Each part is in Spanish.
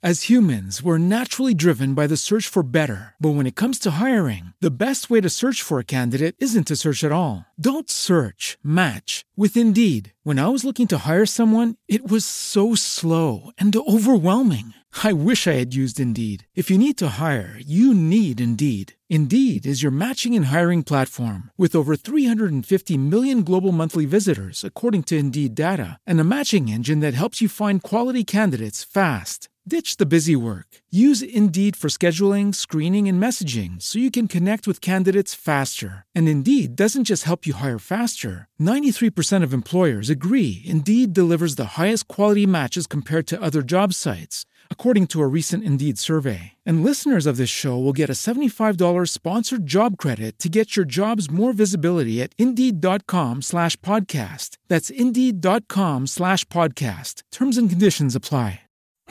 As humans, we're naturally driven by the search for better. But when it comes to hiring, the best way to search for a candidate isn't to search at all. Don't search, match with Indeed. When I was looking to hire someone, it was so slow and overwhelming. I wish I had used Indeed. If you need to hire, you need Indeed. Indeed is your matching and hiring platform with over 350 million global monthly visitors, according to Indeed data, and a matching engine that helps you find quality candidates fast. Ditch the busy work. Use Indeed for scheduling, screening, and messaging so you can connect with candidates faster. And Indeed doesn't just help you hire faster. 93% of employers agree Indeed delivers the highest quality matches compared to other job sites, according to a recent Indeed survey. And listeners of this show will get a $75 sponsored job credit to get your jobs more visibility at Indeed.com/podcast. That's Indeed.com/podcast. Terms and conditions apply.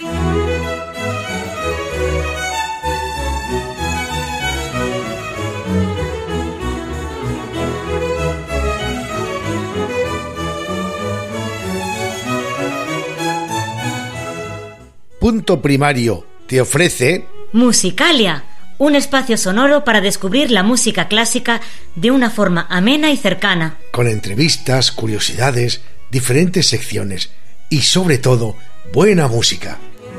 Punto Primario te ofrece Musicalia, un espacio sonoro para descubrir la música clásica de una forma amena y cercana. Con entrevistas, curiosidades, diferentes secciones y sobre todo, buena música.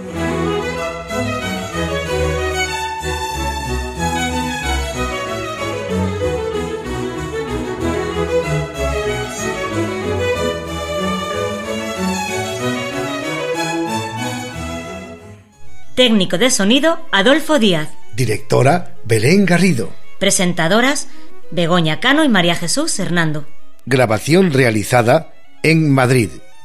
Técnico de sonido, Adolfo Díaz. Directora, Belén Garrido. Presentadoras, Begoña Cano y María Jesús Hernando. Grabación realizada en Madrid.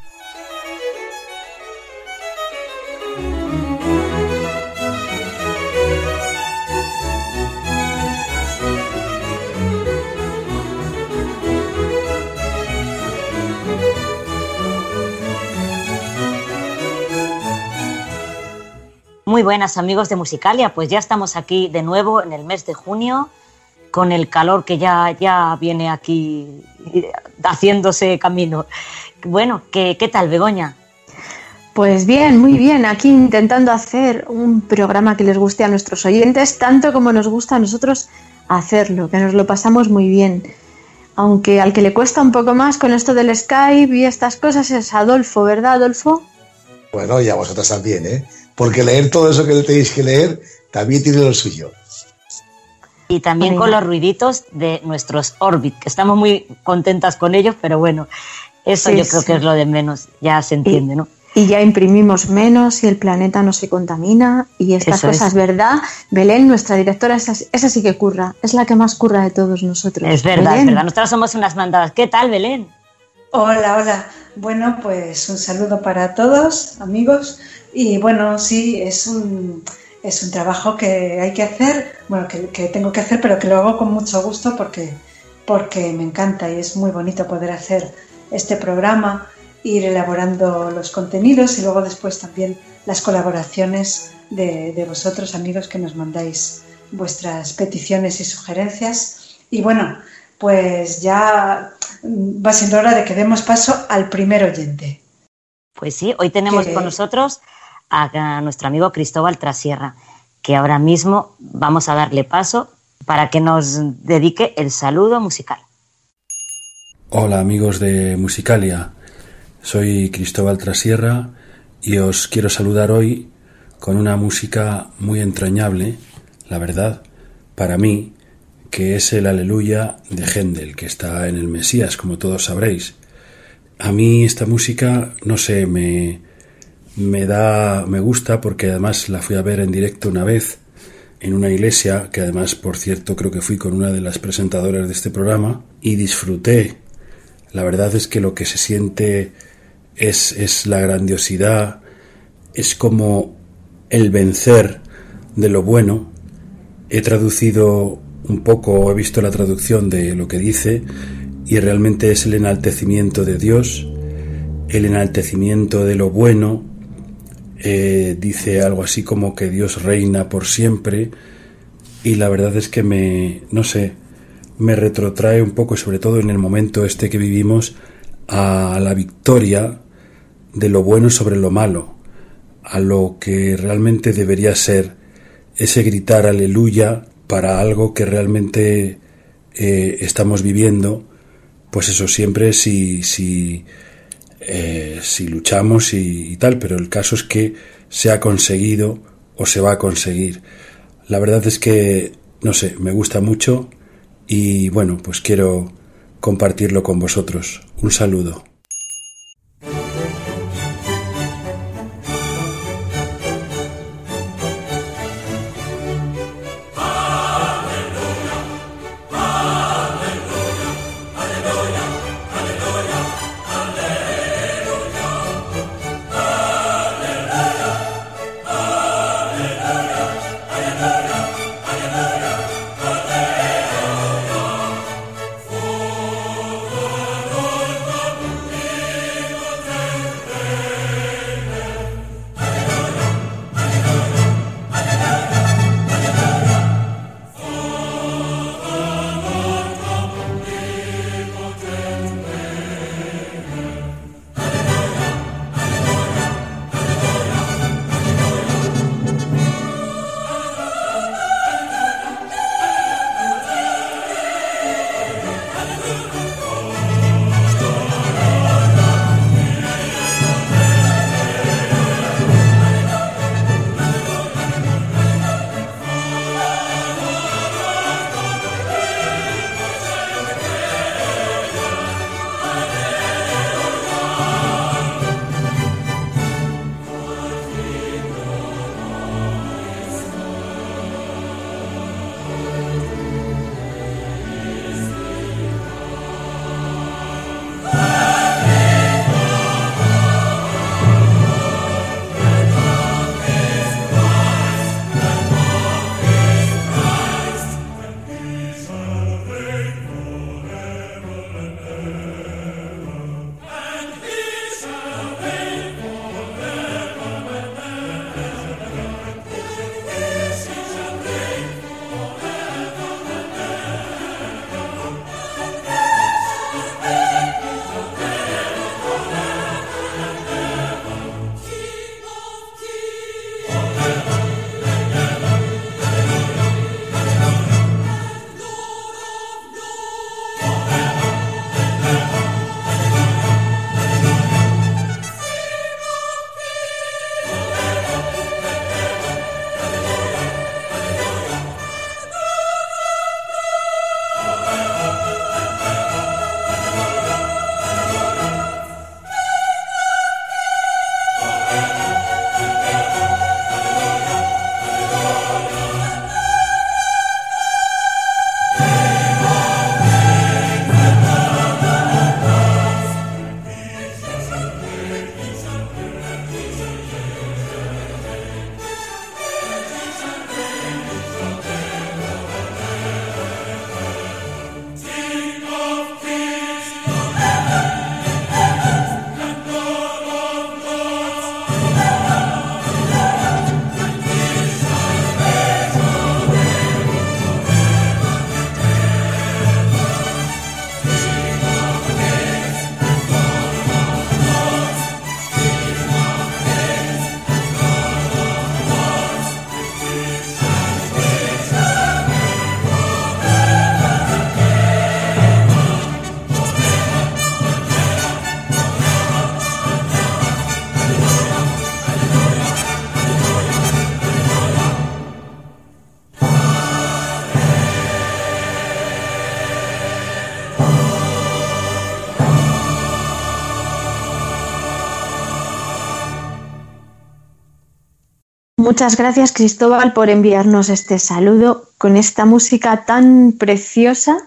Muy buenas amigos de Musicalia, pues ya estamos aquí de nuevo en el mes de junio con el calor que ya viene aquí haciéndose camino. Bueno, ¿qué tal, Begoña? Pues bien, muy bien, aquí intentando hacer un programa que les guste a nuestros oyentes tanto como nos gusta a nosotros hacerlo, que nos lo pasamos muy bien. Aunque al que le cuesta un poco más con esto del Skype y estas cosas es Adolfo, ¿verdad, Adolfo? Bueno, y a vosotras también, ¿eh? Porque leer todo eso que tenéis que leer también tiene lo suyo. Y también con los ruiditos de nuestros Orbit, que estamos muy contentas con ellos, pero bueno, eso sí, yo creo que es lo de menos, ya se entiende, ¿no? Y ya imprimimos menos y el planeta no se contamina y estas eso cosas, ¿verdad? Belén, nuestra directora, esa sí que curra, es la que más curra de todos nosotros. Es verdad, Belén. Es verdad, nosotras somos unas mandadas. ¿Qué tal, Belén? Hola. Bueno, pues un saludo para todos, amigos. Y bueno, sí, es un trabajo que hay que hacer, bueno, que tengo que hacer, pero que lo hago con mucho gusto porque me encanta y es muy bonito poder hacer este programa, ir elaborando los contenidos y luego después también las colaboraciones de vosotros, amigos, que nos mandáis vuestras peticiones y sugerencias. Y bueno, pues ya va siendo hora de que demos paso al primer oyente. Pues sí, hoy tenemos con nosotros a nuestro amigo Cristóbal Trasierra, que ahora mismo vamos a darle paso para que nos dedique el saludo musical. Hola amigos de Musicalia, soy Cristóbal Trasierra y os quiero saludar hoy con una música muy entrañable, la verdad, para mí, que es el Aleluya de Händel, que está en el Mesías, como todos sabréis. A mí esta música, no sé, me gusta porque además la fui a ver en directo una vez en una iglesia, que además, por cierto, creo que fui con una de las presentadoras de este programa y disfruté. La verdad es que lo que se siente es la grandiosidad, es como el vencer de lo bueno. He traducido un poco, he visto la traducción de lo que dice y realmente es el enaltecimiento de Dios, el enaltecimiento de lo bueno. Dice algo así como que Dios reina por siempre y la verdad es que me retrotrae un poco, sobre todo en el momento este que vivimos, a la victoria de lo bueno sobre lo malo, a lo que realmente debería ser ese gritar aleluya para algo que realmente estamos viviendo, pues eso, siempre si luchamos y tal, pero el caso es que se ha conseguido o se va a conseguir. La verdad es que, no sé, me gusta mucho y bueno, pues quiero compartirlo con vosotros. Un saludo. Muchas gracias, Cristóbal, por enviarnos este saludo con esta música tan preciosa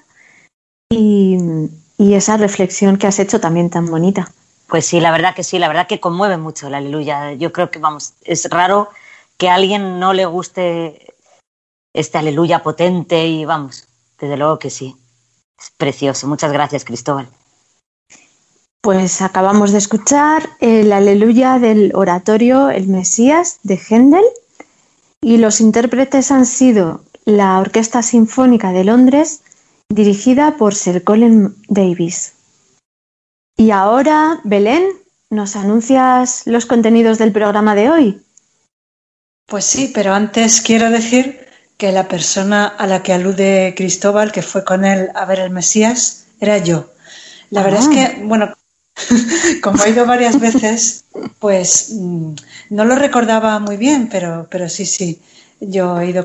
y esa reflexión que has hecho también tan bonita. Pues sí, la verdad que conmueve mucho el aleluya. Yo creo que, vamos, es raro que a alguien no le guste este aleluya potente y, vamos, desde luego que sí. Es precioso. Muchas gracias, Cristóbal. Pues acabamos de escuchar el aleluya del oratorio El Mesías de Händel y los intérpretes han sido la Orquesta Sinfónica de Londres dirigida por Sir Colin Davis. Y ahora, Belén, ¿nos anuncias los contenidos del programa de hoy? Pues sí, pero antes quiero decir que la persona a la que alude Cristóbal, que fue con él a ver el Mesías, era yo. La verdad es que, bueno, como he ido varias veces, pues no lo recordaba muy bien, pero sí, yo he ido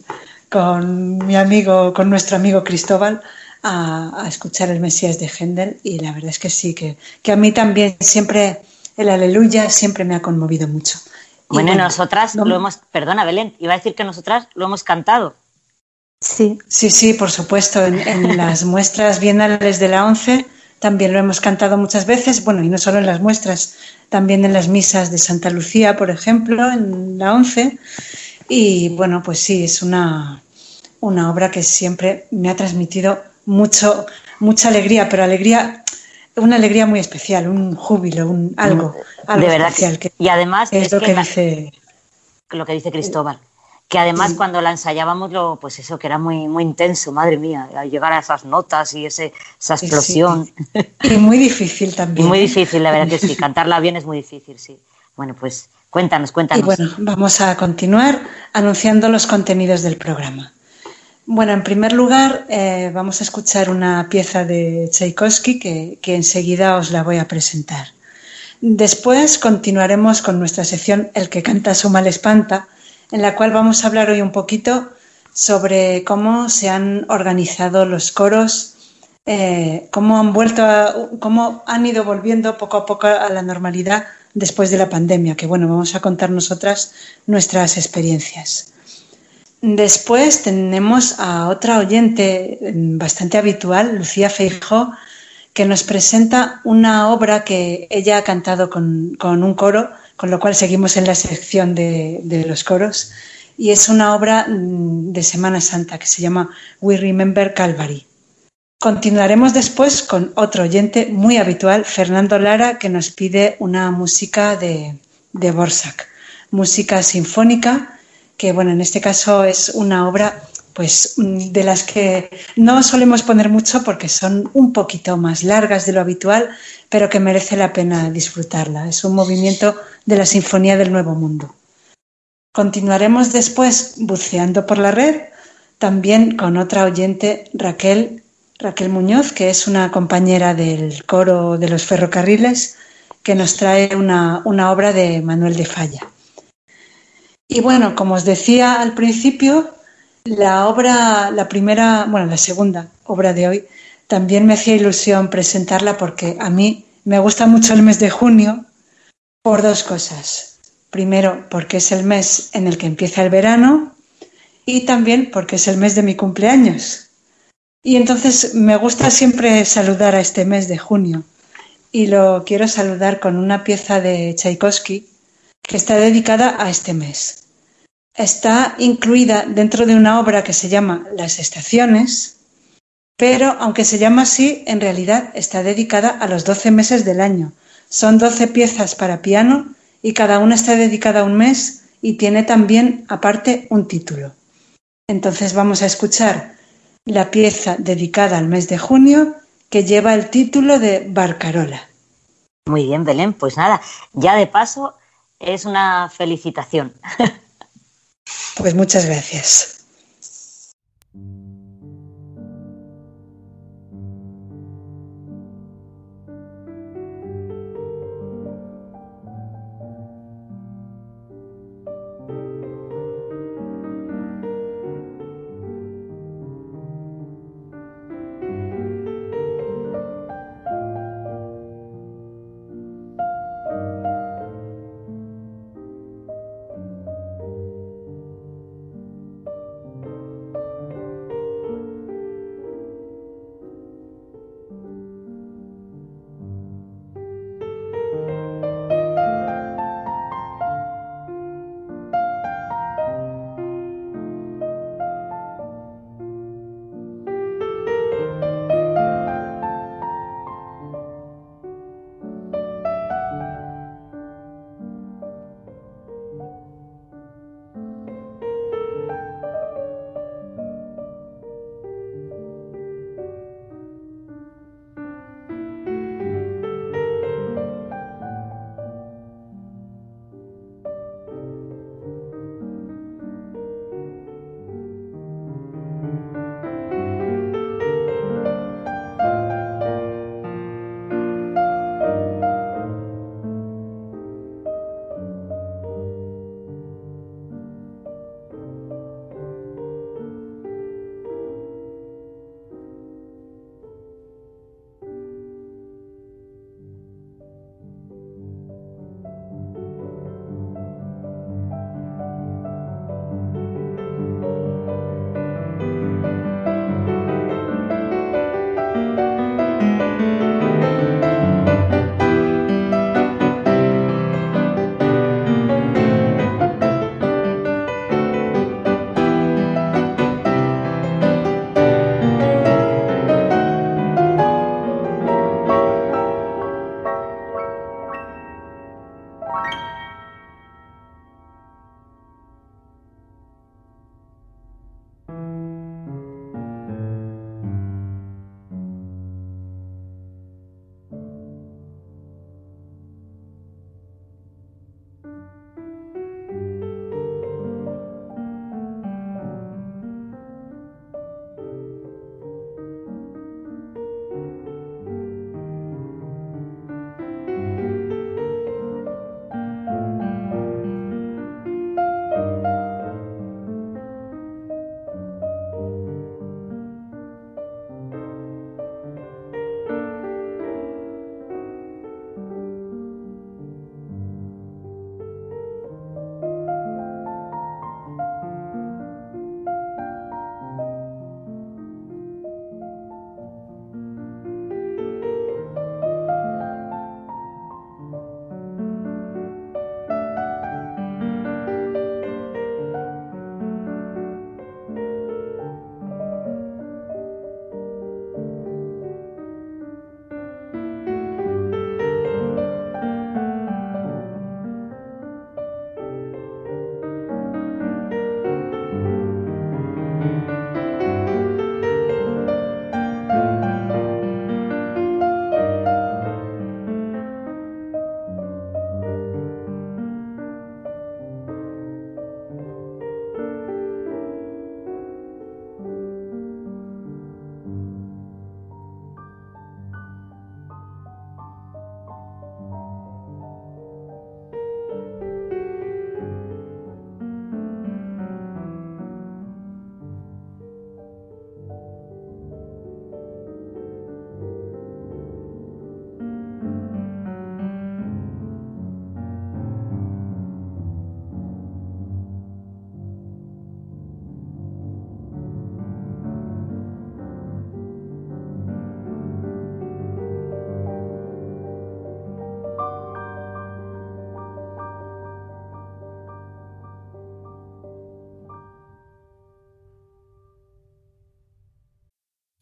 con mi amigo, con nuestro amigo Cristóbal a escuchar el Mesías de Händel y la verdad es que sí, que a mí también siempre el Aleluya siempre me ha conmovido mucho. Bueno, nosotras lo hemos, perdona Belén, iba a decir que nosotras lo hemos cantado. Sí, por supuesto, en las muestras bienales de la ONCE también lo hemos cantado muchas veces, bueno, y no solo en las muestras, también en las misas de Santa Lucía, por ejemplo, en la ONCE, y bueno, pues sí, es una obra que siempre me ha transmitido mucha alegría, pero una alegría muy especial, un júbilo, algo de verdad especial. Y además es lo que dice... Lo que dice Cristóbal. Que además cuando la ensayábamos, pues eso, que era muy, muy intenso, madre mía, al llegar a esas notas y esa explosión. Sí. Y muy difícil también. Y muy difícil, la verdad que sí, cantarla bien es muy difícil, sí. Bueno, pues cuéntanos. Y bueno, vamos a continuar anunciando los contenidos del programa. Bueno, en primer lugar, vamos a escuchar una pieza de Tchaikovsky que enseguida os la voy a presentar. Después continuaremos con nuestra sección El que canta su mal espanta, en la cual vamos a hablar hoy un poquito sobre cómo se han organizado los coros, cómo han ido volviendo poco a poco a la normalidad después de la pandemia, que bueno, vamos a contar nosotras nuestras experiencias. Después tenemos a otra oyente bastante habitual, Lucía Feijó, que nos presenta una obra que ella ha cantado con un coro, con lo cual seguimos en la sección de los coros, y es una obra de Semana Santa que se llama We Remember Calvary. Continuaremos después con otro oyente muy habitual, Fernando Lara, que nos pide una música de Dvořák, música sinfónica, que bueno, en este caso es una obra pues de las que no solemos poner mucho porque son un poquito más largas de lo habitual, pero que merece la pena disfrutarla. Es un movimiento de la Sinfonía del Nuevo Mundo. Continuaremos después buceando por la red, también con otra oyente, Raquel Muñoz, que es una compañera del coro de los ferrocarriles, que nos trae una obra de Manuel de Falla. Y bueno, como os decía al principio, la segunda obra de hoy, también me hacía ilusión presentarla porque a mí me gusta mucho el mes de junio por dos cosas. Primero, porque es el mes en el que empieza el verano y también porque es el mes de mi cumpleaños. Y entonces me gusta siempre saludar a este mes de junio y lo quiero saludar con una pieza de Tchaikovsky que está dedicada a este mes. Está incluida dentro de una obra que se llama Las Estaciones, pero aunque se llama así, en realidad está dedicada a los 12 meses del año. Son 12 piezas para piano y cada una está dedicada a un mes y tiene también, aparte, un título. Entonces vamos a escuchar la pieza dedicada al mes de junio que lleva el título de Barcarola. Muy bien, Belén, pues nada, ya de paso es una felicitación. Pues muchas gracias.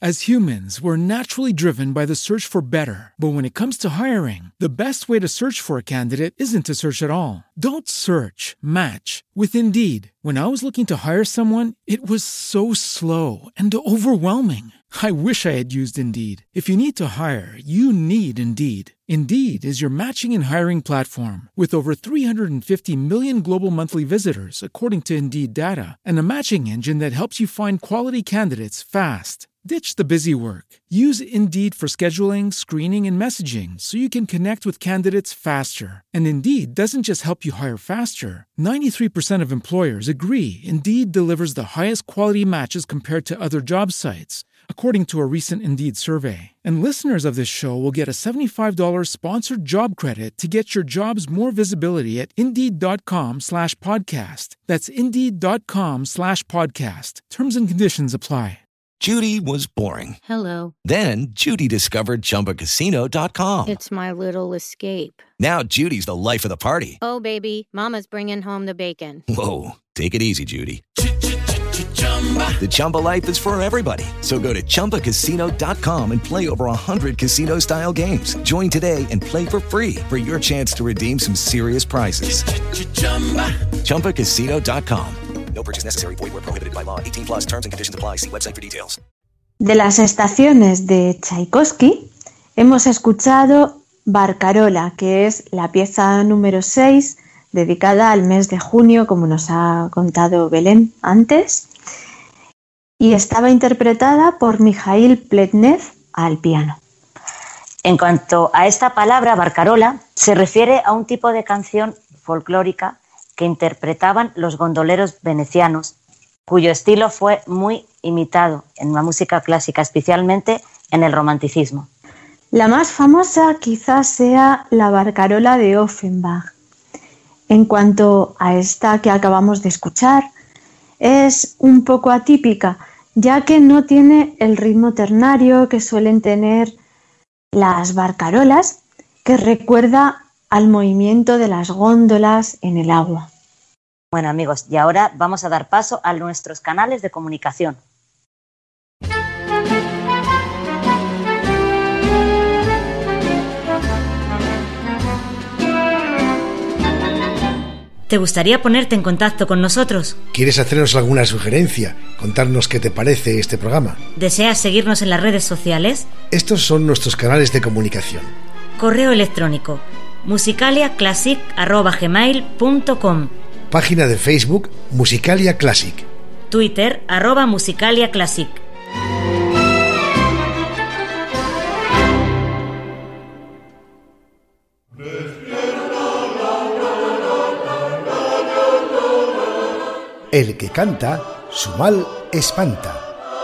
As humans, we're naturally driven by the search for better. But when it comes to hiring, the best way to search for a candidate isn't to search at all. Don't search, match with Indeed. When I was looking to hire someone, it was so slow and overwhelming. I wish I had used Indeed. If you need to hire, you need Indeed. Indeed is your matching and hiring platform with over 350 million global monthly visitors, according to Indeed data, and a matching engine that helps you find quality candidates fast. Ditch the busy work. Use Indeed for scheduling, screening, and messaging so you can connect with candidates faster. And Indeed doesn't just help you hire faster. 93% of employers agree Indeed delivers the highest quality matches compared to other job sites, according to a recent Indeed survey. And listeners of this show will get a $75 sponsored job credit to get your jobs more visibility at Indeed.com/podcast. That's Indeed.com/podcast. Terms and conditions apply. Judy was boring. Hello. Then Judy discovered ChumbaCasino.com. It's my little escape. Now Judy's the life of the party. Oh, baby, mama's bringing home the bacon. Whoa, take it easy, Judy. The Chumba life is for everybody. So go to ChumbaCasino.com and play over 100 casino-style games. Join today and play for free for your chance to redeem some serious prizes. ChumbaCasino.com. No purchase necessary. Void where prohibited by law. 18 plus terms and conditions apply. See website for details. De las estaciones de Tchaikovsky hemos escuchado Barcarola, que es la pieza número 6 dedicada al mes de junio, como nos ha contado Belén antes, y estaba interpretada por Mikhail Pletnev al piano. En cuanto a esta palabra, barcarola, se refiere a un tipo de canción folclórica que interpretaban los gondoleros venecianos, cuyo estilo fue muy imitado en la música clásica, especialmente en el romanticismo. La más famosa quizás sea la barcarola de Offenbach. En cuanto a esta que acabamos de escuchar, es un poco atípica, ya que no tiene el ritmo ternario que suelen tener las barcarolas, que recuerda al movimiento de las góndolas en el agua. Bueno, amigos, y ahora vamos a dar paso a nuestros canales de comunicación. ¿Te gustaría ponerte en contacto con nosotros? ¿Quieres hacernos alguna sugerencia? ¿Contarnos qué te parece este programa? ¿Deseas seguirnos en las redes sociales? Estos son nuestros canales de comunicación. Correo electrónico musicaliaclassic@gmail.com. Página de Facebook Musicalia Classic. Twitter @musicaliaclassic. El que canta, su mal espanta.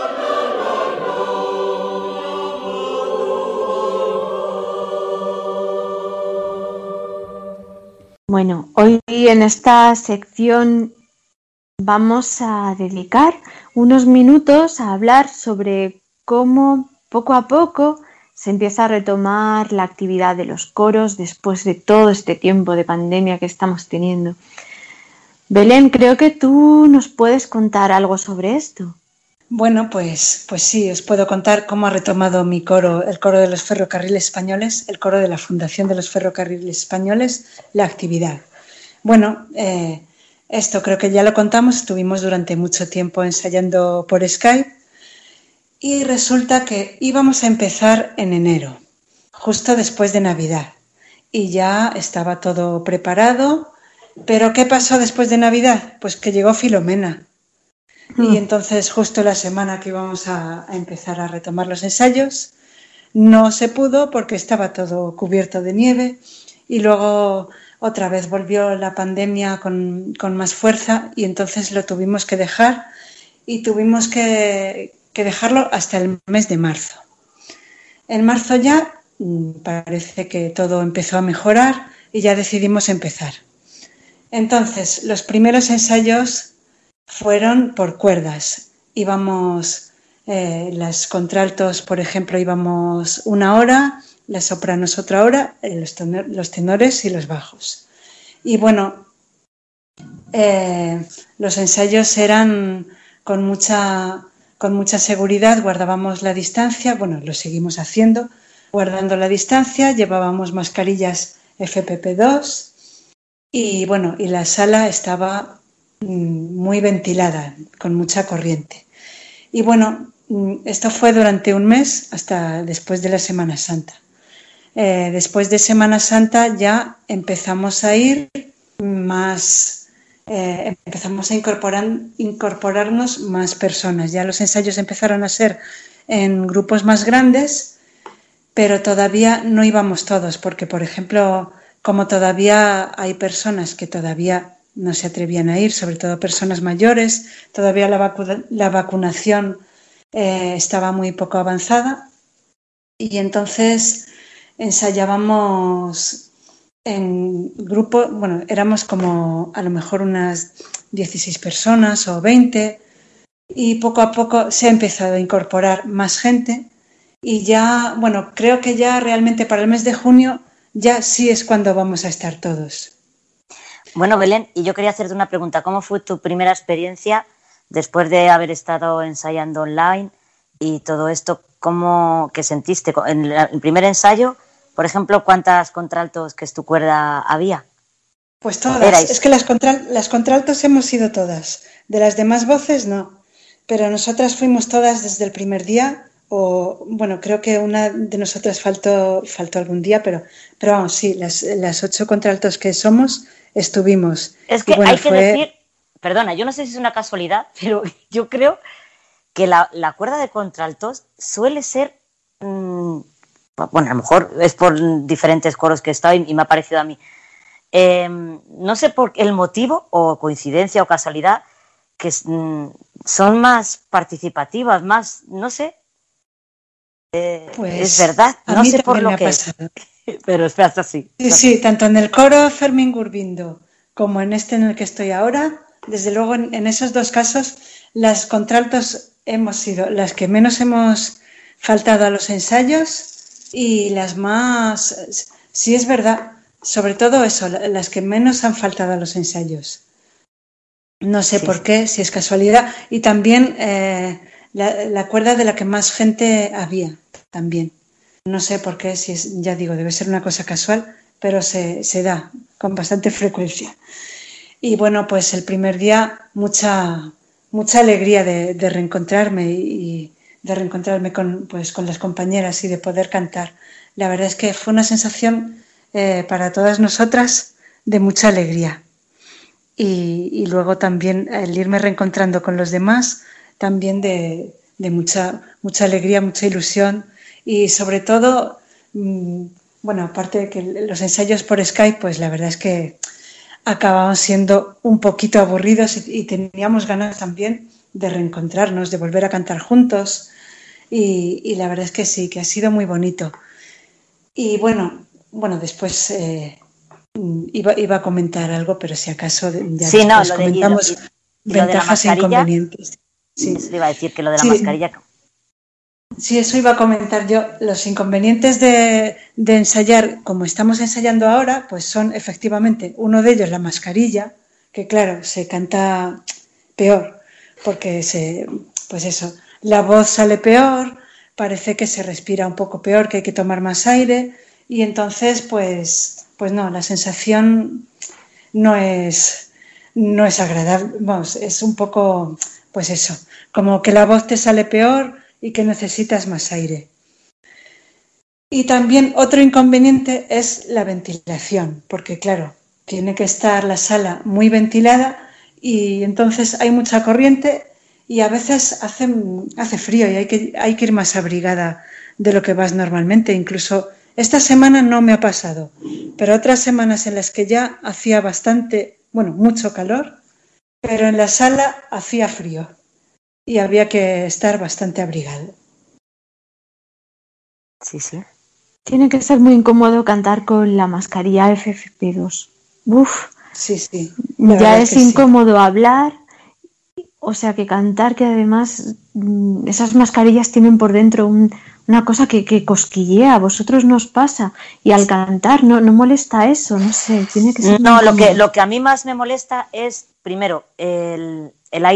Bueno, hoy en esta sección vamos a dedicar unos minutos a hablar sobre cómo poco a poco se empieza a retomar la actividad de los coros después de todo este tiempo de pandemia que estamos teniendo. Belén, creo que tú nos puedes contar algo sobre esto. Bueno, pues sí, os puedo contar cómo ha retomado mi coro, el coro de los ferrocarriles españoles, el coro de la Fundación de los Ferrocarriles Españoles, la actividad. Bueno, esto creo que ya lo contamos, estuvimos durante mucho tiempo ensayando por Skype y resulta que íbamos a empezar en enero, justo después de Navidad, y ya estaba todo preparado, pero ¿qué pasó después de Navidad? Pues que llegó Filomena. Y entonces justo la semana que íbamos a empezar a retomar los ensayos no se pudo porque estaba todo cubierto de nieve y luego otra vez volvió la pandemia con más fuerza y entonces lo tuvimos que dejar y tuvimos que dejarlo hasta el mes de marzo. En marzo ya parece que todo empezó a mejorar y ya decidimos empezar. Entonces los primeros ensayos fueron por cuerdas. Íbamos, las contraltos, por ejemplo, íbamos 1 hora, las sopranos otra hora, los tenores y los bajos. Y bueno, los ensayos eran con mucha con mucha seguridad, guardábamos la distancia, bueno, lo seguimos haciendo, guardando la distancia, llevábamos mascarillas FFP2 y bueno, y la sala estaba muy ventilada, con mucha corriente. Y bueno, esto fue durante un mes hasta después de la Semana Santa. Después de Semana Santa ya empezamos a ir más, empezamos a incorporarnos más personas. Ya los ensayos empezaron a ser en grupos más grandes, pero todavía no íbamos todos, porque, por ejemplo, como todavía hay personas que todavía no se atrevían a ir, sobre todo personas mayores, todavía la vacunación estaba muy poco avanzada y entonces ensayábamos en grupo, bueno, éramos como a lo mejor unas 16 personas o 20 y poco a poco se ha empezado a incorporar más gente y ya, bueno, creo que ya realmente para el mes de junio ya sí es cuando vamos a estar todos. Bueno, Belén, y yo quería hacerte una pregunta. ¿Cómo fue tu primera experiencia después de haber estado ensayando online y todo esto? ¿Cómo que sentiste? En el primer ensayo, por ejemplo, ¿cuántas contraltos, que es tu cuerda, había? Pues todas. Es que las contraltos hemos sido todas. De las demás voces, no. Pero nosotras fuimos todas desde el primer día. O, bueno, creo que una de nosotras faltó algún día, pero vamos, sí, las 8 contraltos que somos estuvimos. Es que bueno, hay que decir, perdona, yo no sé si es una casualidad, pero yo creo que la cuerda de contraltos suele ser, bueno, a lo mejor es por diferentes coros que he estado y me ha parecido a mí. No sé por el motivo o coincidencia o casualidad, que son más participativas, más, no sé. Pues es verdad, no sé por lo que es, pero espera, así. Sí, tanto en el coro Fermín Gurbindo como en este en el que estoy ahora, desde luego en esos dos casos las contraltos hemos sido las que menos hemos faltado a los ensayos y las más, sí es verdad, sobre todo eso, las que menos han faltado a los ensayos. No sé por qué, si es casualidad, y también la cuerda de la que más gente había también. No sé por qué, si es, ya digo, debe ser una cosa casual, pero se da con bastante frecuencia. Y bueno, pues el primer día mucha alegría de reencontrarme y de reencontrarme con las compañeras y de poder cantar. La verdad es que fue una sensación para todas nosotras de mucha alegría. Y luego también el irme reencontrando con los demás, también de mucha alegría, mucha ilusión y sobre todo, bueno, aparte de que los ensayos por Skype, pues la verdad es que acababan siendo un poquito aburridos y teníamos ganas también de reencontrarnos, de volver a cantar juntos y la verdad es que sí, que ha sido muy bonito. Y bueno, después iba a comentar algo, pero si acaso ya sí, después comentamos ventajas e inconvenientes. Sí. Eso iba a decir, que lo de la mascarilla. Sí, eso iba a comentar yo. Los inconvenientes de ensayar, como estamos ensayando ahora, pues son efectivamente, uno de ellos la mascarilla, que claro, se canta peor, porque pues eso, la voz sale peor, parece que se respira un poco peor, que hay que tomar más aire, y entonces pues no, la sensación no es agradable, vamos, es un poco, pues eso, como que la voz te sale peor y que necesitas más aire. Y también otro inconveniente es la ventilación, porque claro, tiene que estar la sala muy ventilada y entonces hay mucha corriente y a veces hace frío y hay que ir más abrigada de lo que vas normalmente. Incluso esta semana no me ha pasado, pero otras semanas en las que ya hacía mucho calor, pero en la sala hacía frío y había que estar bastante abrigado. Sí. Tiene que ser muy incómodo cantar con la mascarilla FFP2. Uf. Sí. Ya es incómodo hablar, o sea que cantar, que además esas mascarillas tienen por dentro una cosa que cosquillea, a vosotros no os pasa, y al cantar no molesta eso, no sé, tiene que ser no, lo que a mí más me molesta es primero el aire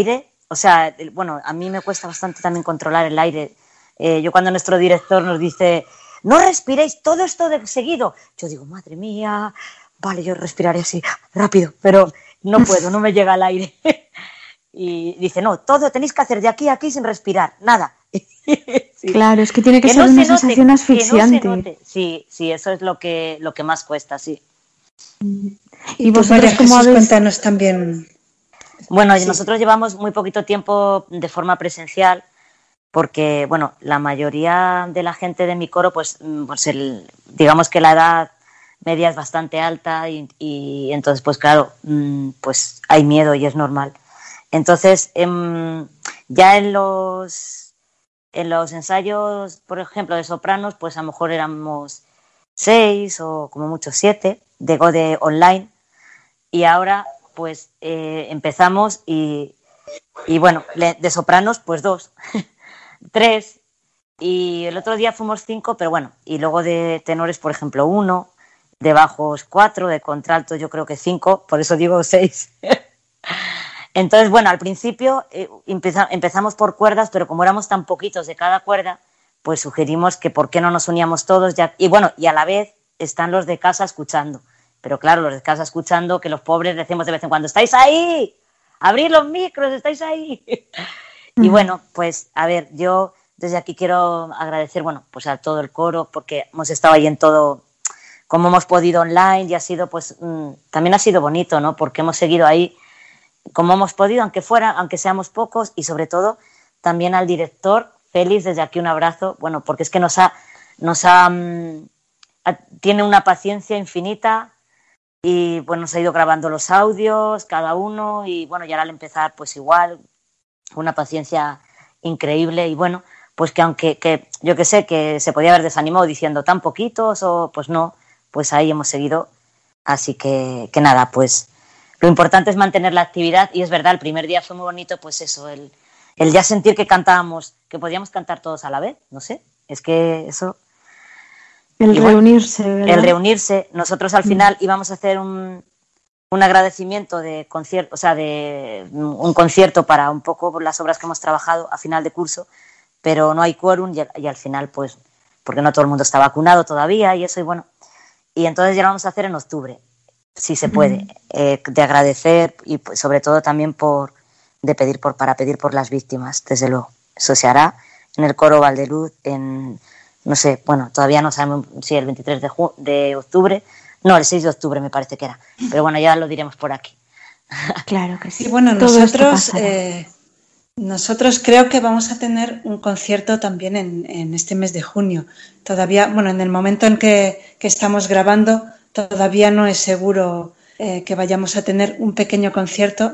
o sea, bueno, a mí me cuesta bastante también controlar el aire. Yo cuando nuestro director nos dice, no respiréis todo esto de seguido, yo digo, madre mía, vale, yo respiraré así rápido, pero no puedo, no me llega el aire. Y dice, no, todo tenéis que hacer de aquí a aquí sin respirar, nada. Sí. Claro, es que tiene que ser una sensación asfixiante. Que no se note. Sí, eso es lo que más cuesta, sí. ¿Y vosotros cómo habéis? Cuéntanos también. Bueno, nosotros llevamos muy poquito tiempo de forma presencial, porque, bueno, la mayoría de la gente de mi coro, pues digamos que la edad media es bastante alta y entonces, pues claro, pues hay miedo y es normal. Entonces, ya en los ensayos, por ejemplo, de sopranos, pues a lo mejor éramos 6 o como mucho 7 de online, y ahora pues empezamos y bueno, de sopranos pues 2, 3, y el otro día fuimos 5, pero bueno, y luego de tenores, por ejemplo, 1, de bajos 4, de contralto yo creo que 5, por eso digo 6. Entonces, bueno, al principio empezamos por cuerdas, pero como éramos tan poquitos de cada cuerda, pues sugerimos que por qué no nos uníamos todos ya. Y bueno, y a la vez están los de casa escuchando. Pero claro, los de casa escuchando, que los pobres decimos de vez en cuando, ¡estáis ahí! ¡Abrid los micros! ¡Estáis ahí! Y bueno, pues a ver, yo desde aquí quiero agradecer, bueno, pues a todo el coro, porque hemos estado ahí en todo, como hemos podido online, y ha sido, pues, también ha sido bonito, ¿no? Porque hemos seguido ahí como hemos podido, aunque seamos pocos, y sobre todo también al director, Félix, desde aquí un abrazo, bueno, porque es que tiene una paciencia infinita y bueno, nos ha ido grabando los audios cada uno y bueno, y ahora al empezar pues igual, una paciencia increíble y bueno, pues que aunque yo que sé, que se podía haber desanimado diciendo tan poquitos o pues no, pues ahí hemos seguido, así que nada, pues lo importante es mantener la actividad y es verdad, el primer día fue muy bonito, pues eso, el ya sentir que cantábamos, que podíamos cantar todos a la vez, no sé, es que eso... reunirse, ¿verdad? El reunirse. Nosotros al final íbamos a hacer un agradecimiento de concierto, o sea, de un concierto para un poco las obras que hemos trabajado a final de curso, pero no hay quórum y al final, pues, porque no todo el mundo está vacunado todavía y eso, y bueno, y entonces ya lo vamos a hacer en octubre. Si se puede, de agradecer y pues, sobre todo también para pedir por las víctimas, desde luego. Eso se hará en el coro Valdeluz, no sé, bueno, todavía no sabemos si el 23 de octubre, no, el 6 de octubre me parece que era, pero bueno, ya lo diremos por aquí. Claro que sí. Y bueno, nosotros creo que vamos a tener un concierto también en este mes de junio. Todavía, bueno, en el momento en que estamos grabando, todavía no es seguro que vayamos a tener un pequeño concierto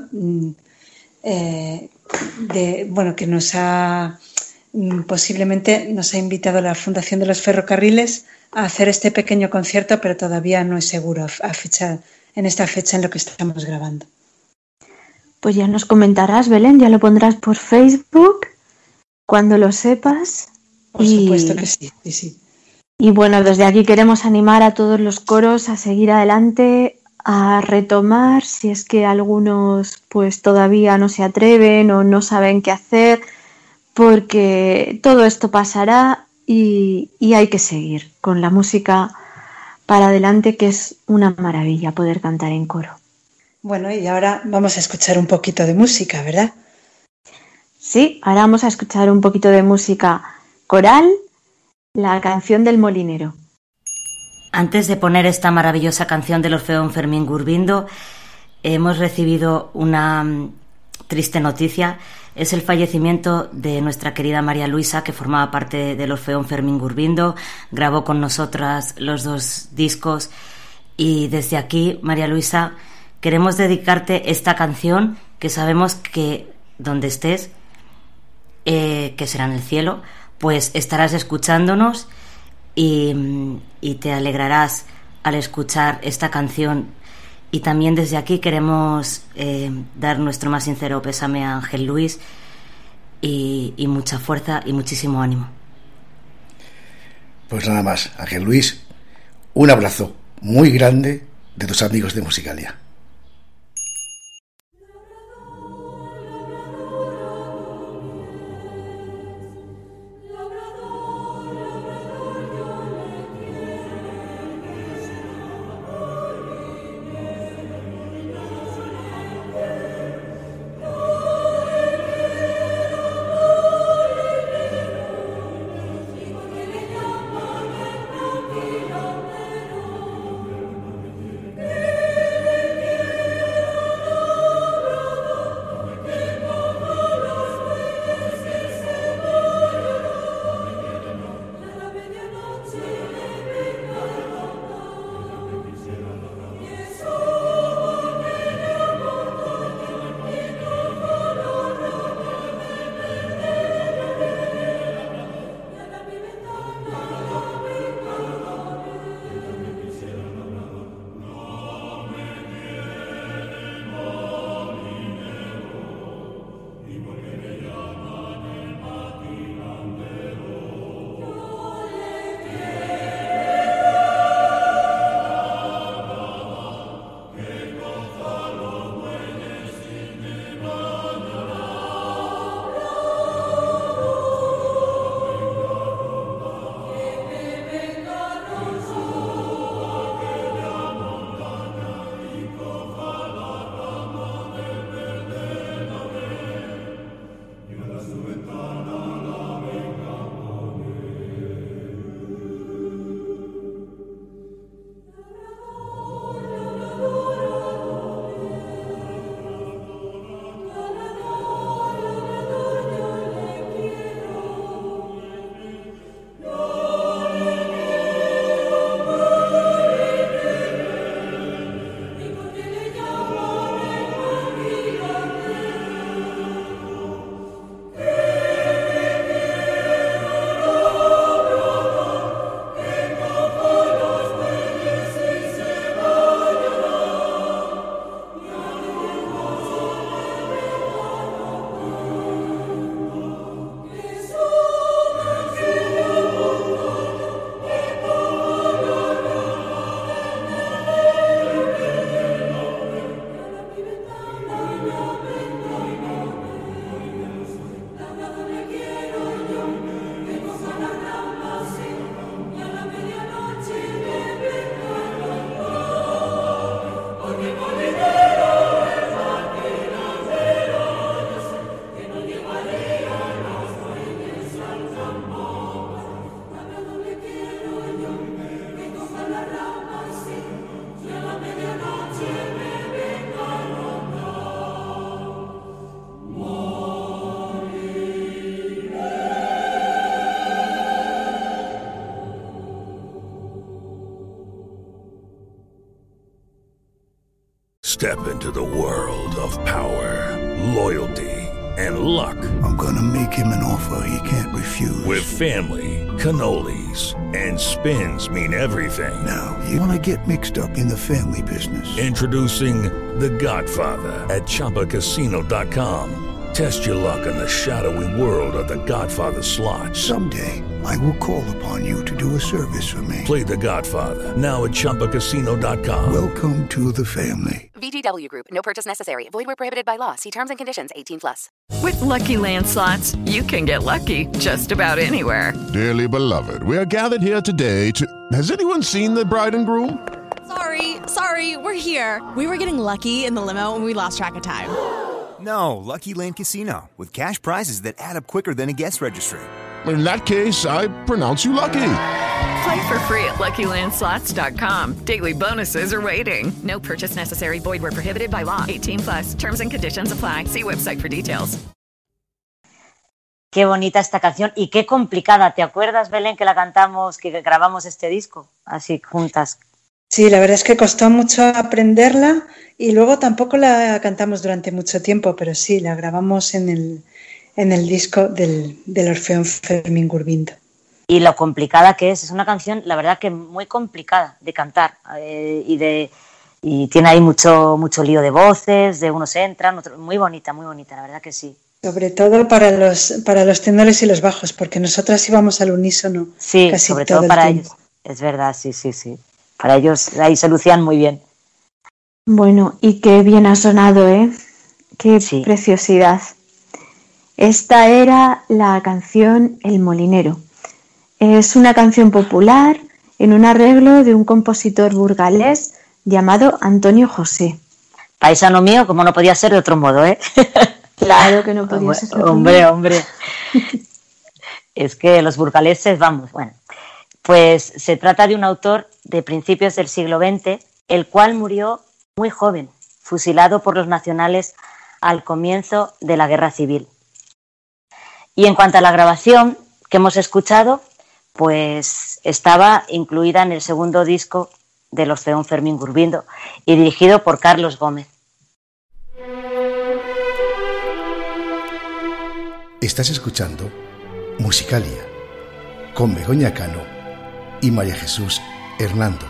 que posiblemente nos ha invitado la Fundación de los Ferrocarriles a hacer este pequeño concierto, pero todavía no es seguro en esta fecha en lo que estamos grabando. Pues ya nos comentarás, Belén, ya lo pondrás por Facebook cuando lo sepas. Por supuesto que sí. Y bueno, desde aquí queremos animar a todos los coros a seguir adelante, a retomar, si es que algunos pues todavía no se atreven o no saben qué hacer, porque todo esto pasará y hay que seguir con la música para adelante, que es una maravilla poder cantar en coro. Bueno, y ahora vamos a escuchar un poquito de música, ¿verdad? Sí, ahora vamos a escuchar un poquito de música coral, la canción del molinero. Antes de poner esta maravillosa canción del Orfeón Fermín Gurbindo, hemos recibido una triste noticia. Es el fallecimiento de nuestra querida María Luisa, que formaba parte del Orfeón Fermín Gurbindo, grabó con nosotras los 2 discos y desde aquí, María Luisa, queremos dedicarte esta canción que sabemos que donde estés, que será en el cielo, pues estarás escuchándonos y te alegrarás al escuchar esta canción. Y también desde aquí queremos dar nuestro más sincero pésame a Ángel Luis y mucha fuerza y muchísimo ánimo. Pues nada más, Ángel Luis, un abrazo muy grande de tus amigos de Musicalia. Step into the world of power, loyalty, and luck. I'm gonna make him an offer he can't refuse. With family, cannolis, and spins mean everything. Now, you wanna get mixed up in the family business. Introducing The Godfather at ChumbaCasino.com. Test your luck in the shadowy world of The Godfather slot. Someday, I will call upon you to do a service for me. Play The Godfather, now at ChumbaCasino.com. Welcome to the family. VGW Group. No purchase necessary. Void where prohibited by law. See terms and conditions. 18+. With Lucky Land Slots, you can get lucky just about anywhere. Dearly beloved, we are gathered here today to... Has anyone seen the bride and groom? Sorry, we're here. We were getting lucky in the limo and we lost track of time. No, Lucky Land Casino, with cash prizes that add up quicker than a guest registry. In that case, I pronounce you lucky. Play for free at LuckyLandSlots.com. Daily bonuses are waiting. No purchase necessary. Void where prohibited by law. 18+. Terms and conditions apply. See website for details. Qué bonita esta canción y qué complicada. ¿Te acuerdas, Belén, que la cantamos, que grabamos este disco? Así, juntas. Sí, la verdad es que costó mucho aprenderla y luego tampoco la cantamos durante mucho tiempo, pero sí, la grabamos en el disco del Orfeón Fermín Gurbindo. Y lo complicada que es una canción, la verdad que muy complicada de cantar y tiene ahí mucho lío de voces, de unos entran, otros, muy bonita, la verdad que sí. Sobre todo para los tenores y los bajos, porque nosotras íbamos al unísono. Sí, casi sobre todo todo para el tiempo. ellos, es verdad, sí. Para ellos ahí se lucían muy bien. Bueno, y qué bien ha sonado, ¿eh? Qué preciosidad. Esta era la canción El Molinero. Es una canción popular en un arreglo de un compositor burgalés llamado Antonio José. Paisano mío, como no podía ser de otro modo, ¿eh? Claro que no podía ser de otro modo. Hombre. Es que los burgaleses, vamos, bueno. Pues se trata de un autor de principios del siglo XX, el cual murió muy joven, fusilado por los nacionales al comienzo de la Guerra Civil. Y en cuanto a la grabación que hemos escuchado, pues estaba incluida en el segundo disco del Orfeón Fermín Gurbindo y dirigido por Carlos Gómez. Estás escuchando Musicalia con Begoña Cano y María Jesús Hernando.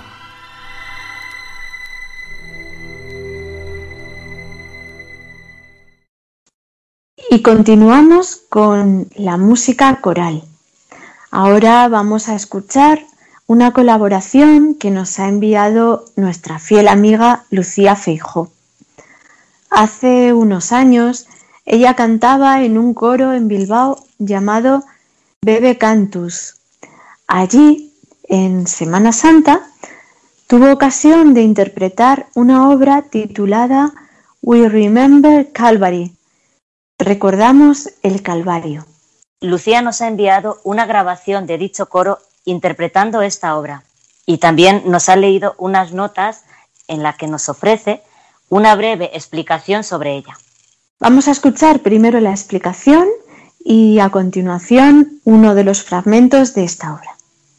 Y continuamos con la música coral. Ahora vamos a escuchar una colaboración que nos ha enviado nuestra fiel amiga Lucía Feijó. Hace unos años ella cantaba en un coro en Bilbao llamado Bebe Cantus. Allí, en Semana Santa, tuvo ocasión de interpretar una obra titulada We Remember Calvary. Recordamos el Calvario. Lucía nos ha enviado una grabación de dicho coro interpretando esta obra y también nos ha leído unas notas en las que nos ofrece una breve explicación sobre ella. Vamos a escuchar primero la explicación y a continuación uno de los fragmentos de esta obra.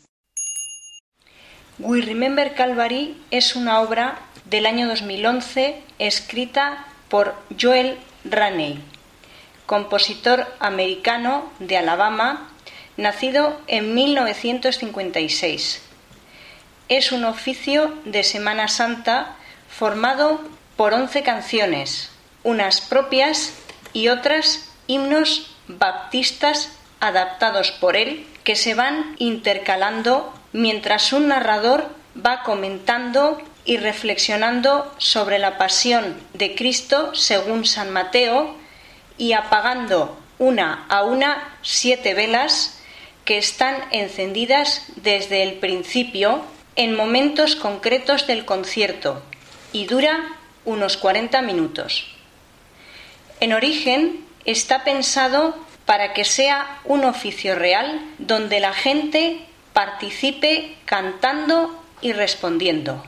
We Remember Calvary es una obra del año 2011 escrita por Joel Raney, compositor americano de Alabama, nacido en 1956. Es un oficio de Semana Santa formado por 11 canciones, unas propias y otras himnos baptistas adaptados por él, que se van intercalando mientras un narrador va comentando y reflexionando sobre la pasión de Cristo según San Mateo y apagando una a una 7 velas que están encendidas desde el principio en momentos concretos del concierto y dura unos 40 minutos. En origen está pensado para que sea un oficio real donde la gente participe cantando y respondiendo.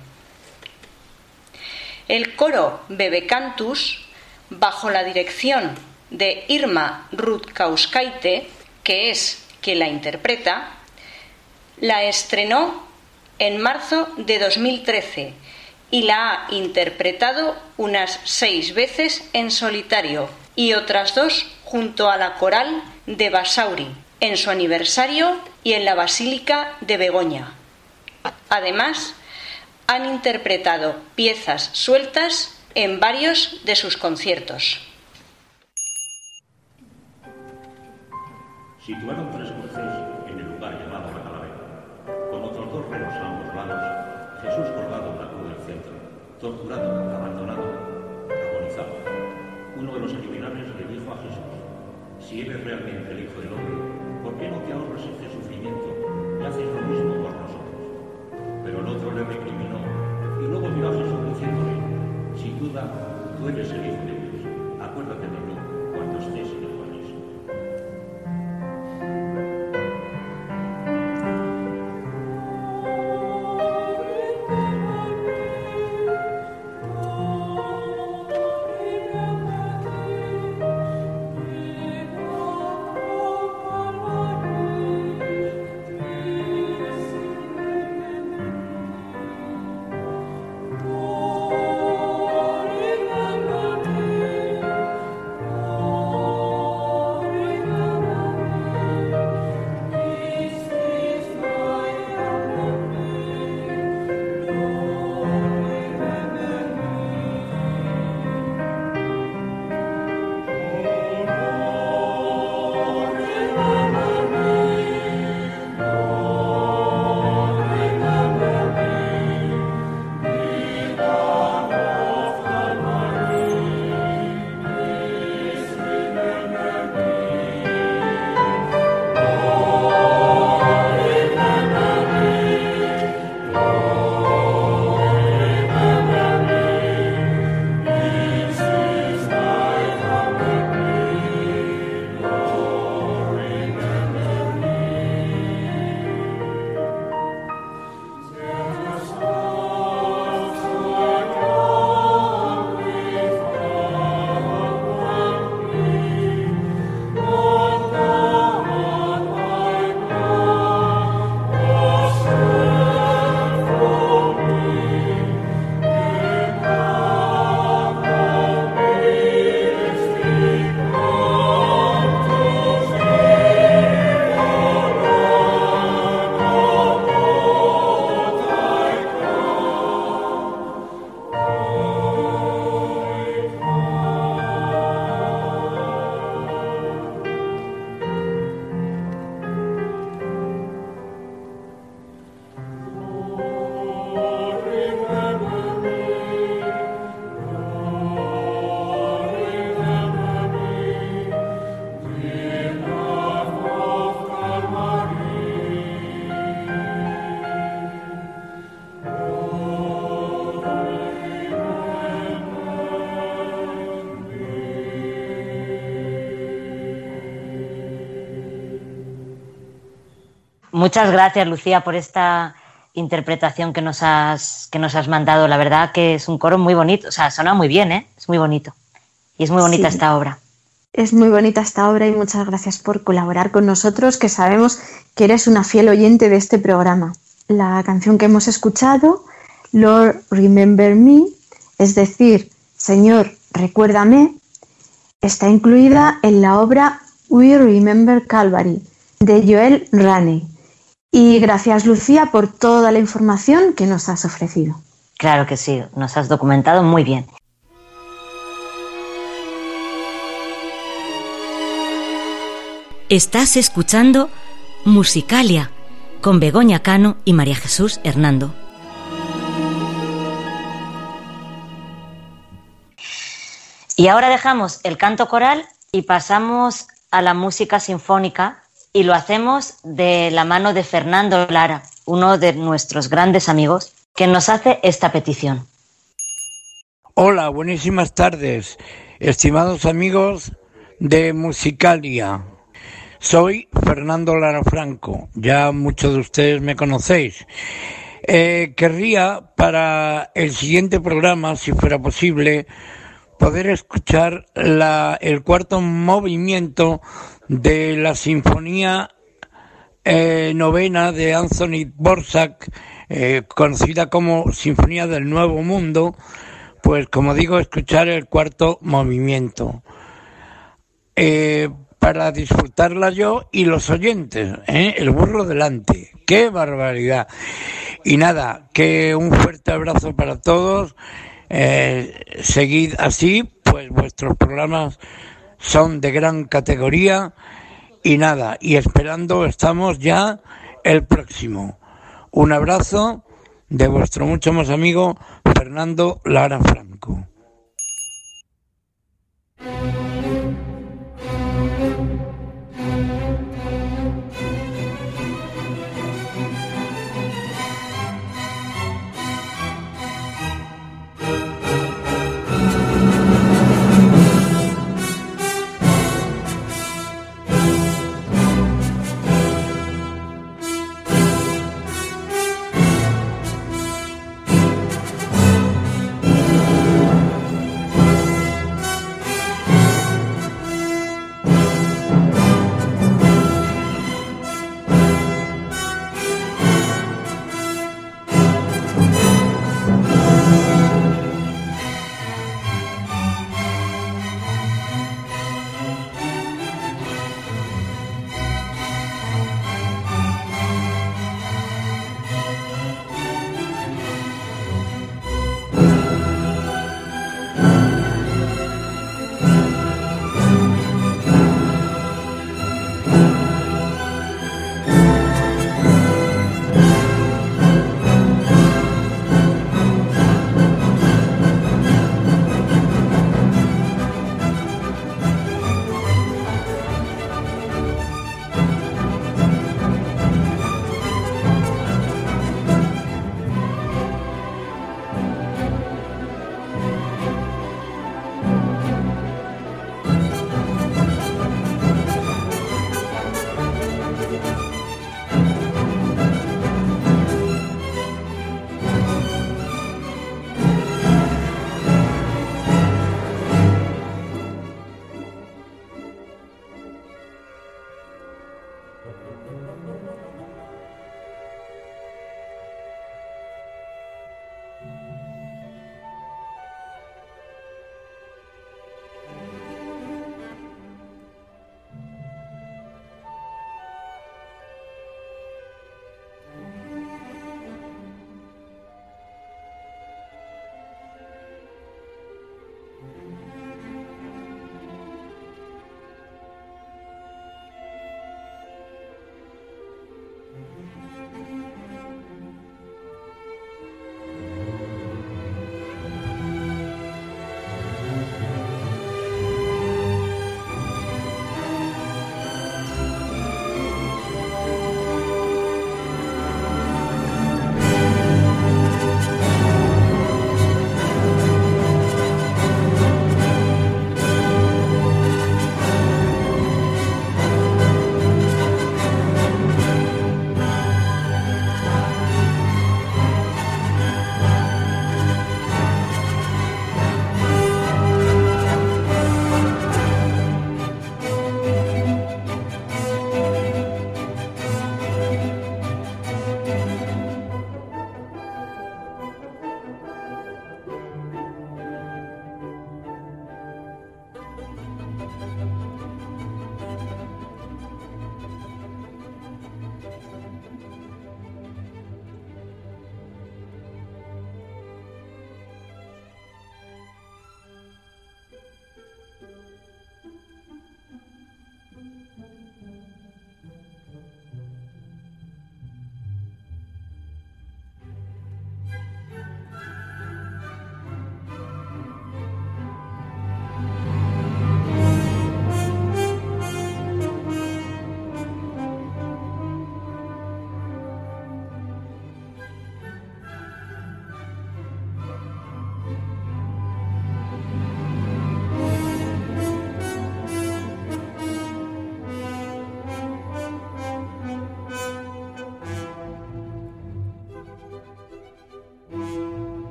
El coro Bebe Cantus, bajo la dirección de Irma Rutkauskaite, que es quien la interpreta, la estrenó en marzo de 2013 y la ha interpretado unas 6 veces en solitario y otras 2 junto a la coral de Basauri en su aniversario y en la Basílica de Begoña. Además, han interpretado piezas sueltas en varios de sus conciertos. Situaron 3 cruces en el lugar llamado La Calavera, con otros 2 renos a ambos lados, Jesús colgado en la cruz del centro, torturado, abandonado, agonizado. Uno de los criminales le dijo a Jesús: si eres realmente el Hijo del Hombre, ¿por qué no te ahorras este sufrimiento y haces lo mismo por nosotros? Pero el otro le recriminó y luego miró a Jesús diciéndole: sin duda, tú eres el Hijo de Dios. Acuérdate de mí cuando estés en el paraíso. Muchas gracias, Lucía, por esta interpretación que nos has mandado. La verdad que es un coro muy bonito, o sea, suena muy bien, ¿eh? Es muy bonito. Y es muy bonita esta obra. Es muy bonita esta obra y muchas gracias por colaborar con nosotros, que sabemos que eres una fiel oyente de este programa. La canción que hemos escuchado, Lord Remember Me, es decir, Señor, recuérdame, está incluida en la obra We Remember Calvary, de Joel Raney. Y gracias, Lucía, por toda la información que nos has ofrecido. Claro que sí, nos has documentado muy bien. Estás escuchando Musicalia con Begoña Cano y María Jesús Hernando. Y ahora dejamos el canto coral y pasamos a la música sinfónica, y lo hacemos de la mano de Fernando Lara, uno de nuestros grandes amigos, que nos hace esta petición. Hola, buenísimas tardes, estimados amigos de Musicalia. Soy Fernando Lara Franco, ya muchos de ustedes me conocéis. Querría para el siguiente programa, si fuera posible, poder escuchar el cuarto movimiento de la Sinfonía Novena de Anthony Dvorak, conocida como Sinfonía del Nuevo Mundo, pues como digo, escuchar el cuarto movimiento. Para disfrutarla yo y los oyentes, el burro delante. ¡Qué barbaridad! Y nada, que un fuerte abrazo para todos. Seguid así, pues vuestros programas son de gran categoría. Y nada, y esperando estamos ya el próximo. Un abrazo de vuestro mucho más amigo Fernando Lara Franco.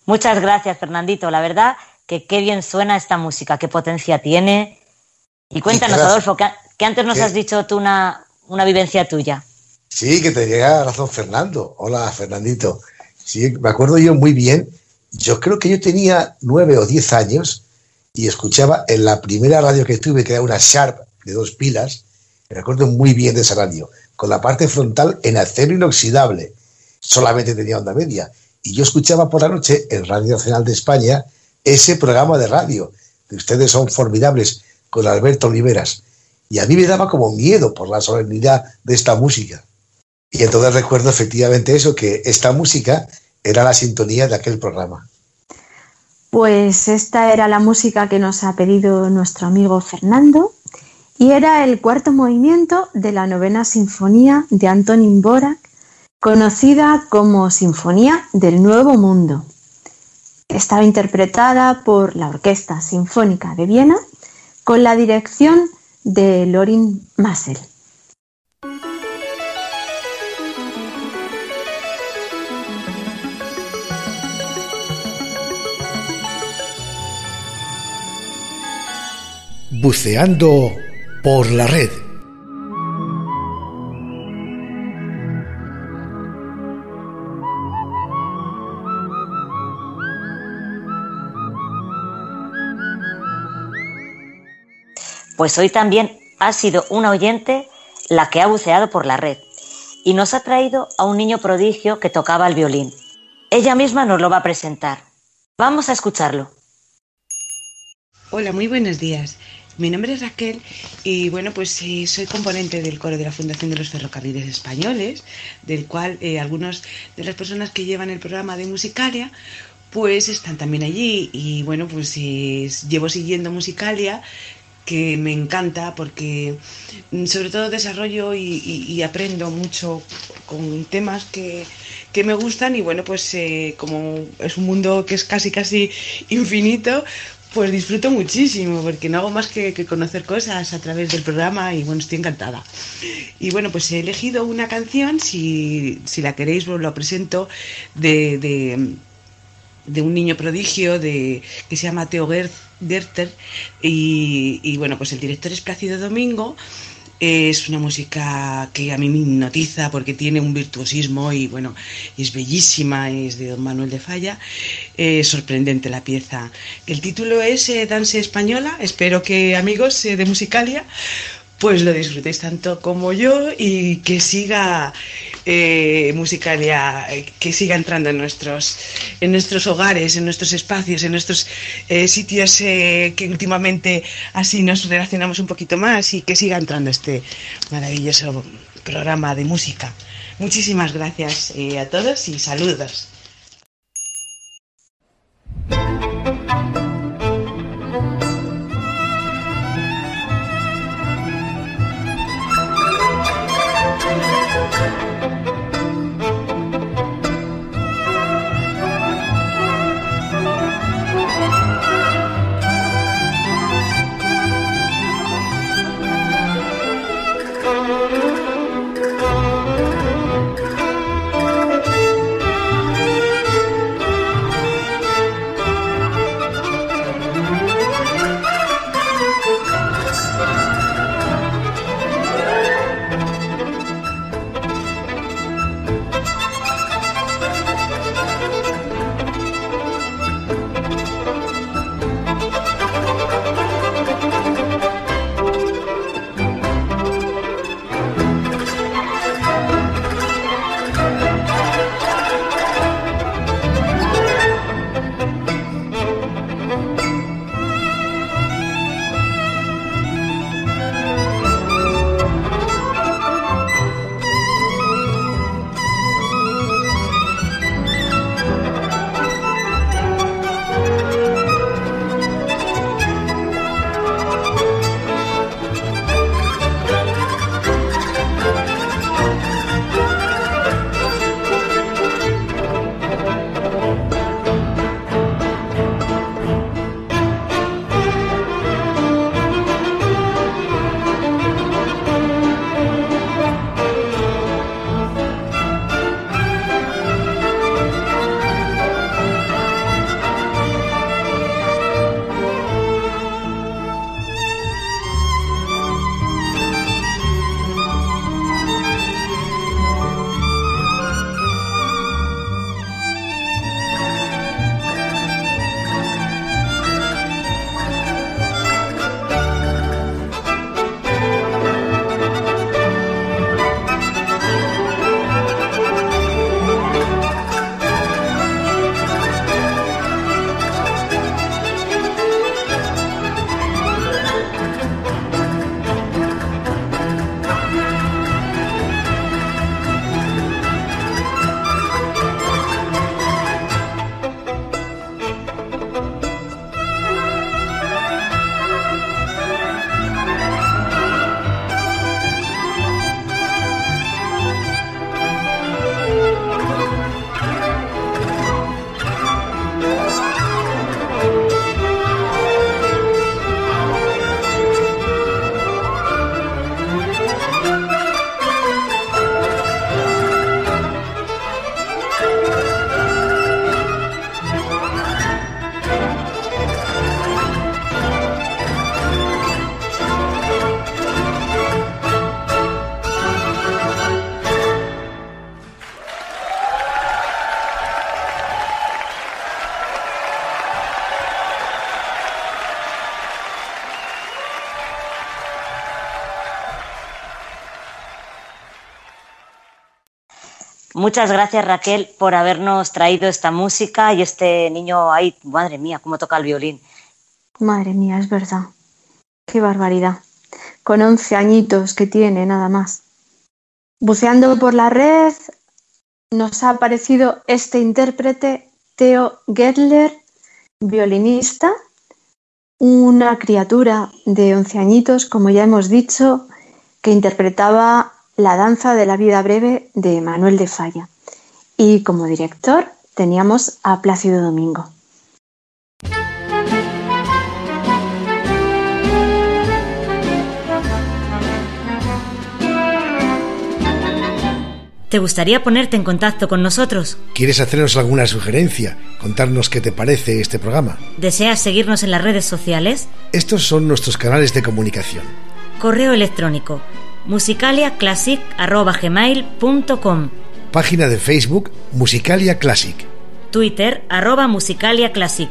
Muchas gracias, Fernandito. La verdad que qué bien suena esta música, qué potencia tiene. Y cuéntanos, Adolfo, que antes nos has dicho tú una vivencia tuya. Sí, que te llega razón, Fernando. Hola, Fernandito. Sí, me acuerdo yo muy bien. Yo creo que yo tenía 9 o 10 años y escuchaba en la primera radio que tuve, que era una Sharp de 2 pilas. Me acuerdo muy bien de esa radio, con la parte frontal en acero inoxidable. Solamente tenía onda media. Y yo escuchaba por la noche en Radio Nacional de España ese programa de radio, de Ustedes son formidables, con Alberto Oliveras. Y a mí me daba como miedo por la solemnidad de esta música. Y entonces recuerdo efectivamente eso, que esta música era la sintonía de aquel programa. Pues esta era la música que nos ha pedido nuestro amigo Fernando y era el cuarto movimiento de la 9ª Sinfonía de Antonín Dvořák, conocida como Sinfonía del Nuevo Mundo. Estaba interpretada por la Orquesta Sinfónica de Viena con la dirección de Lorin Maazel. Buceando por la red. Pues hoy también ha sido una oyente la que ha buceado por la red y nos ha traído a un niño prodigio que tocaba el violín. Ella misma nos lo va a presentar. Vamos a escucharlo. Hola, muy buenos días. Mi nombre es Raquel y bueno, pues soy componente del coro de la Fundación de los Ferrocarriles Españoles, del cual algunas de las personas que llevan el programa de Musicalia pues están también allí y bueno, pues llevo siguiendo Musicalia, que me encanta porque sobre todo desarrollo y aprendo mucho con temas que me gustan y bueno, pues como es un mundo que es casi infinito, pues disfruto muchísimo porque no hago más que conocer cosas a través del programa y bueno, estoy encantada. Y bueno, pues he elegido una canción, si la queréis os lo presento, de un niño prodigio que se llama Theo Gerter y bueno, pues el director es Plácido Domingo. Es una música que a mí me hipnotiza porque tiene un virtuosismo y bueno, es bellísima, es de don Manuel de Falla, sorprendente la pieza. El título es Danse Española. Espero que amigos de Musicalia pues lo disfrutéis tanto como yo y que siga Musicalia, que siga entrando en nuestros hogares, en nuestros espacios, en nuestros sitios que últimamente así nos relacionamos un poquito más y que siga entrando este maravilloso programa de música. Muchísimas gracias a todos y saludos. Muchas gracias, Raquel, por habernos traído esta música y este niño ahí, madre mía, cómo toca el violín. Madre mía, es verdad. Qué barbaridad. Con 11 añitos que tiene, nada más. Buceando por la red, nos ha aparecido este intérprete, Theo Gettler, violinista, una criatura de 11 añitos, como ya hemos dicho, que interpretaba La danza de la vida breve de Manuel de Falla. Y como director teníamos a Plácido Domingo. ¿Te gustaría ponerte en contacto con nosotros? ¿Quieres hacernos alguna sugerencia? ¿Contarnos qué te parece este programa? ¿Deseas seguirnos en las redes sociales? Estos son nuestros canales de comunicación. Correo electrónico musicaliaclassic@gmail.com. Página de Facebook Musicalia Classic. Twitter @musicaliaclassic.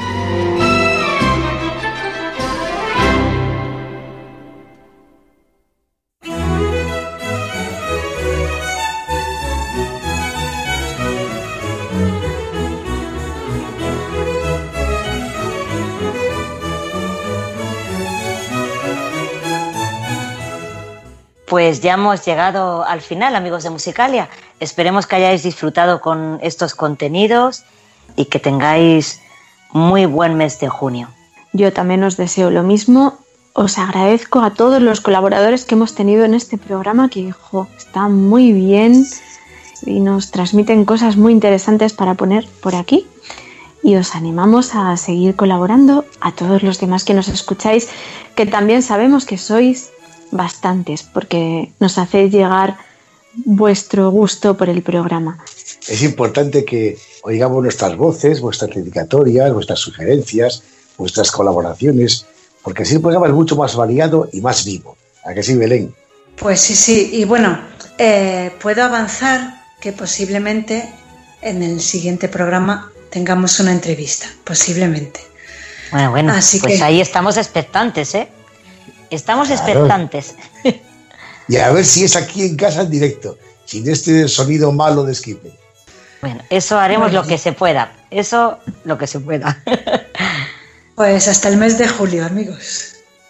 Pues ya hemos llegado al final, amigos de Musicalia. Esperemos que hayáis disfrutado con estos contenidos y que tengáis muy buen mes de junio. Yo también os deseo lo mismo. Os agradezco a todos los colaboradores que hemos tenido en este programa, que están muy bien y nos transmiten cosas muy interesantes para poner por aquí. Y os animamos a seguir colaborando, a todos los demás que nos escucháis, que también sabemos que sois bastantes, porque nos hacéis llegar vuestro gusto por el programa. Es importante que oigamos nuestras voces, vuestras dedicatorias, vuestras sugerencias, vuestras colaboraciones, porque así el programa es mucho más variado y más vivo. ¿A que sí, Belén? Pues sí, y bueno, puedo avanzar que posiblemente en el siguiente programa tengamos una entrevista, posiblemente. Bueno, así pues que ahí estamos expectantes, ¿eh? Estamos expectantes. Y a ver si es aquí en casa en directo, sin este sonido malo de Skype. Bueno, eso haremos lo que se pueda. Eso, lo que se pueda. Pues hasta el mes de julio, amigos.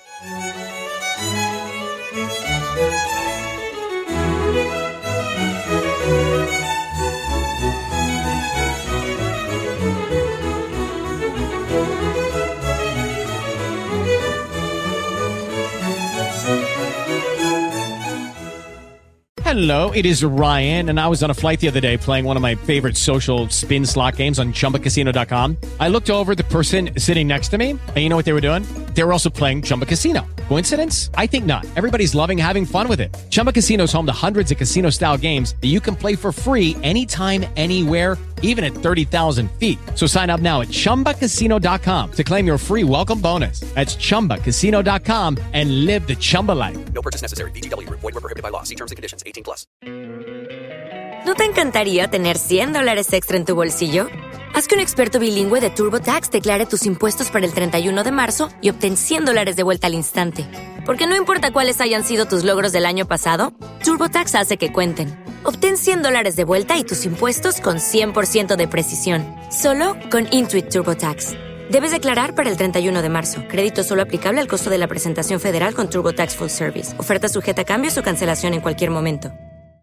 Hello, it is Ryan, and I was on a flight the other day playing one of my favorite social spin slot games on ChumbaCasino.com. I looked over at the person sitting next to me, and you know what they were doing? They were also playing Chumba Casino. Coincidence? I think not. Everybody's loving having fun with it. Chumba Casino is home to hundreds of casino-style games that you can play for free anytime, anywhere, even at 30,000 feet. So sign up now at ChumbaCasino.com to claim your free welcome bonus. That's ChumbaCasino.com and live the Chumba life. No purchase necessary. VGW. Void where prohibited by law. See terms and conditions. 18+. ¿No te encantaría tener $100 extra en tu bolsillo? Haz que un experto bilingüe de TurboTax declare tus impuestos para el 31 de marzo y obtén $100 de vuelta al instante. Porque no importa cuáles hayan sido tus logros del año pasado, TurboTax hace que cuenten. Obtén $100 de vuelta y tus impuestos con 100% de precisión. Solo con Intuit TurboTax. Debes declarar para el 31 de marzo. Crédito solo aplicable al costo de la presentación federal con TurboTax Full Service. Oferta sujeta a cambios o cancelación en cualquier momento.